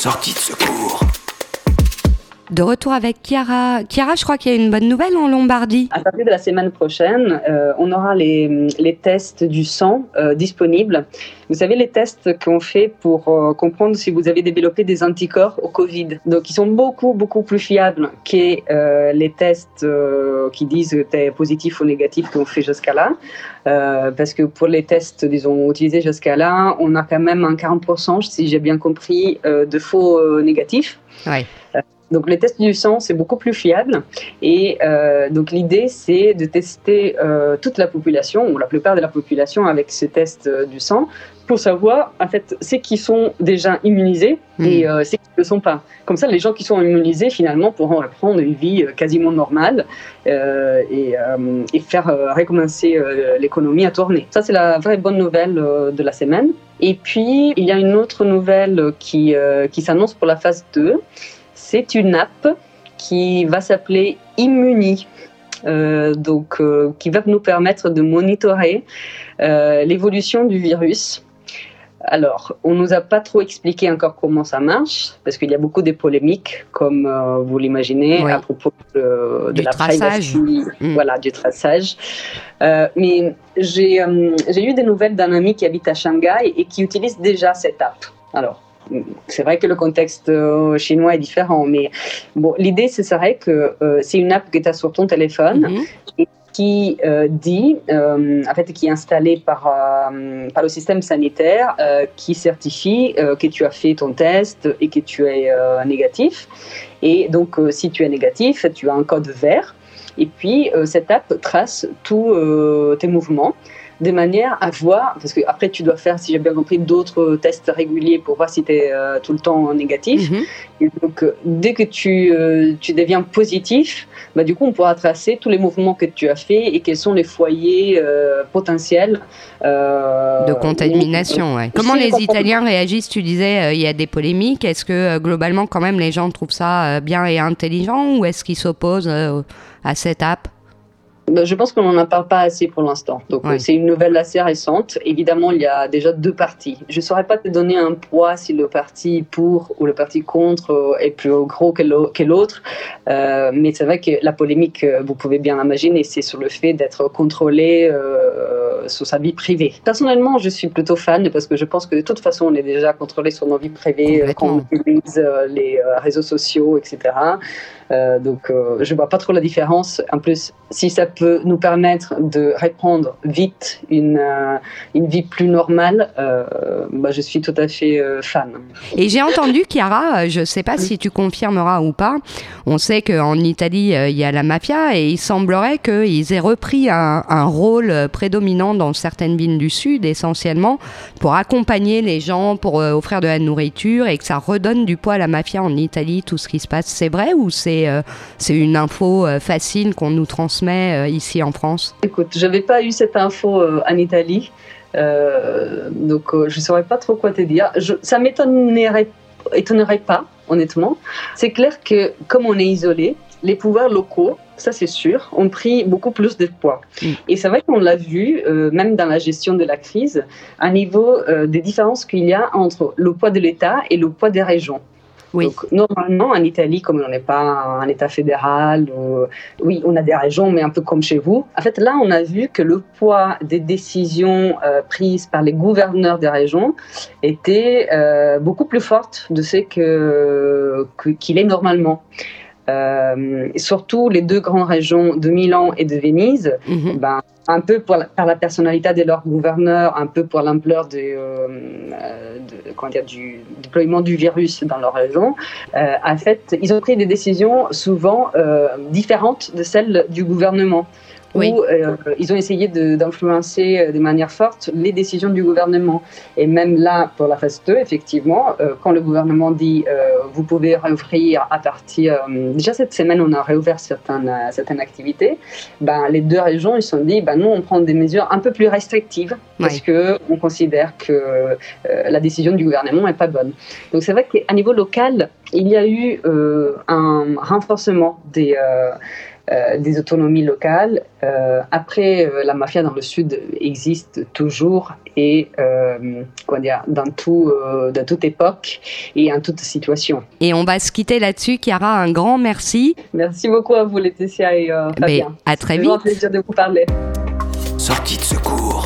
Sortie de secours. De retour avec Chiara. Chiara, je crois qu'il y a une bonne nouvelle en Lombardie. À partir de la semaine prochaine, on aura les tests du sang disponibles. Vous savez, les tests qu'on fait pour comprendre si vous avez développé des anticorps au Covid. Donc, ils sont beaucoup plus fiables que les tests qui disent que tu es positif ou négatif qu'on fait jusqu'à là. Parce que pour les tests, disons, utilisés jusqu'à là, on a quand même un 40%, si j'ai bien compris, de faux négatifs. Ouais. Donc, les tests du sang, c'est beaucoup plus fiable. Et donc, l'idée, c'est de tester toute la population, ou la plupart de la population, avec ce test du sang, pour savoir, en fait, ceux qui sont déjà immunisés et ceux qui ne le sont pas. Comme ça, les gens qui sont immunisés, finalement, pourront reprendre une vie quasiment normale et faire recommencer l'économie à tourner. Ça, c'est la vraie bonne nouvelle de la semaine. Et puis, il y a une autre nouvelle qui s'annonce pour la phase 2. C'est une app qui va s'appeler Immuni, qui va nous permettre de monitorer l'évolution du virus. Alors, on ne nous a pas trop expliqué encore comment ça marche, parce qu'il y a beaucoup de polémiques, comme vous l'imaginez, à propos de la traçage. Voilà, du traçage. Mais j'ai eu des nouvelles d'un ami qui habite à Shanghai et qui utilise déjà cette app. Alors, c'est vrai que le contexte chinois est différent, mais bon, l'idée, ce serait que c'est une app que tu as sur ton téléphone et qui qui est installée par le système sanitaire, qui certifie que tu as fait ton test et que tu es négatif. Et donc, si tu es négatif, tu as un code vert. Et puis, cette app trace tous tes mouvements, de manière à voir, parce qu'après tu dois faire, si j'ai bien compris, d'autres tests réguliers pour voir si tu es tout le temps négatif. Et donc, dès que tu deviens positif, du coup, on pourra tracer tous les mouvements que tu as faits et quels sont les foyers potentiels de contamination. Ouais. Comment les Italiens réagissent? Tu disais, il y a des polémiques. Est-ce que globalement, quand même, les gens trouvent ça bien et intelligent, ou est-ce qu'ils s'opposent à cette app? Je pense qu'on n'en parle pas assez pour l'instant. Donc, c'est une nouvelle assez récente. Évidemment, il y a déjà deux partis. Je ne saurais pas te donner un poids si le parti pour ou le parti contre est plus gros que l'autre. Mais c'est vrai que la polémique, vous pouvez bien l'imaginer, c'est sur le fait d'être contrôlé sur sa vie privée. Personnellement, je suis plutôt fan parce que je pense que de toute façon, on est déjà contrôlé sur nos vies privées quand on utilise les réseaux sociaux, etc. Donc, je ne vois pas trop la différence. En plus, si ça peut nous permettre de reprendre vite une vie plus normale, je suis tout à fait fan. Et j'ai entendu, Chiara, je ne sais pas si tu confirmeras ou pas, on sait qu'en Italie, il y a la mafia et il semblerait qu'ils aient repris un rôle prédominant dans certaines villes du Sud, essentiellement, pour accompagner les gens, pour offrir de la nourriture, et que ça redonne du poids à la mafia en Italie, tout ce qui se passe. C'est vrai ou c'est une info facile qu'on nous transmet ici en France? Écoute, je n'avais pas eu cette info en Italie, donc je ne saurais pas trop quoi te dire. Ça m'étonnerait pas, honnêtement. C'est clair que comme on est isolé, les pouvoirs locaux, ça c'est sûr, ont pris beaucoup plus de poids. Et c'est vrai qu'on l'a vu, même dans la gestion de la crise, à niveau des différences qu'il y a entre le poids de l'État et le poids des régions. Oui. Donc, normalement, en Italie, comme on n'est pas un État fédéral, oui, on a des régions, mais un peu comme chez vous. En fait, là, on a vu que le poids des décisions prises par les gouverneurs des régions était beaucoup plus fort de ce qu'il est normalement. Surtout les deux grandes régions de Milan et de Venise, un peu par la personnalité de leurs gouverneurs, un peu pour l'ampleur du déploiement du virus dans leur région, en fait, ils ont pris des décisions souvent différentes de celles du gouvernement. Oui. Où ils ont essayé d'influencer de manière forte les décisions du gouvernement. Et même là, pour la phase 2, effectivement, quand le gouvernement dit vous pouvez rouvrir à partir... déjà cette semaine, on a réouvert certaines activités. Les deux régions, ils se sont dit, nous, on prend des mesures un peu plus restrictives parce qu'on considère que la décision du gouvernement n'est pas bonne. Donc c'est vrai qu'à niveau local, il y a eu un renforcement des autonomies locales. Après, la mafia dans le sud existe toujours et dans toute époque et en toute situation. Et on va se quitter là-dessus. Chiara, un grand merci. Merci beaucoup à vous Laetitia et Fabien. À très vite. C'est un plaisir de vous parler. Sortie de secours.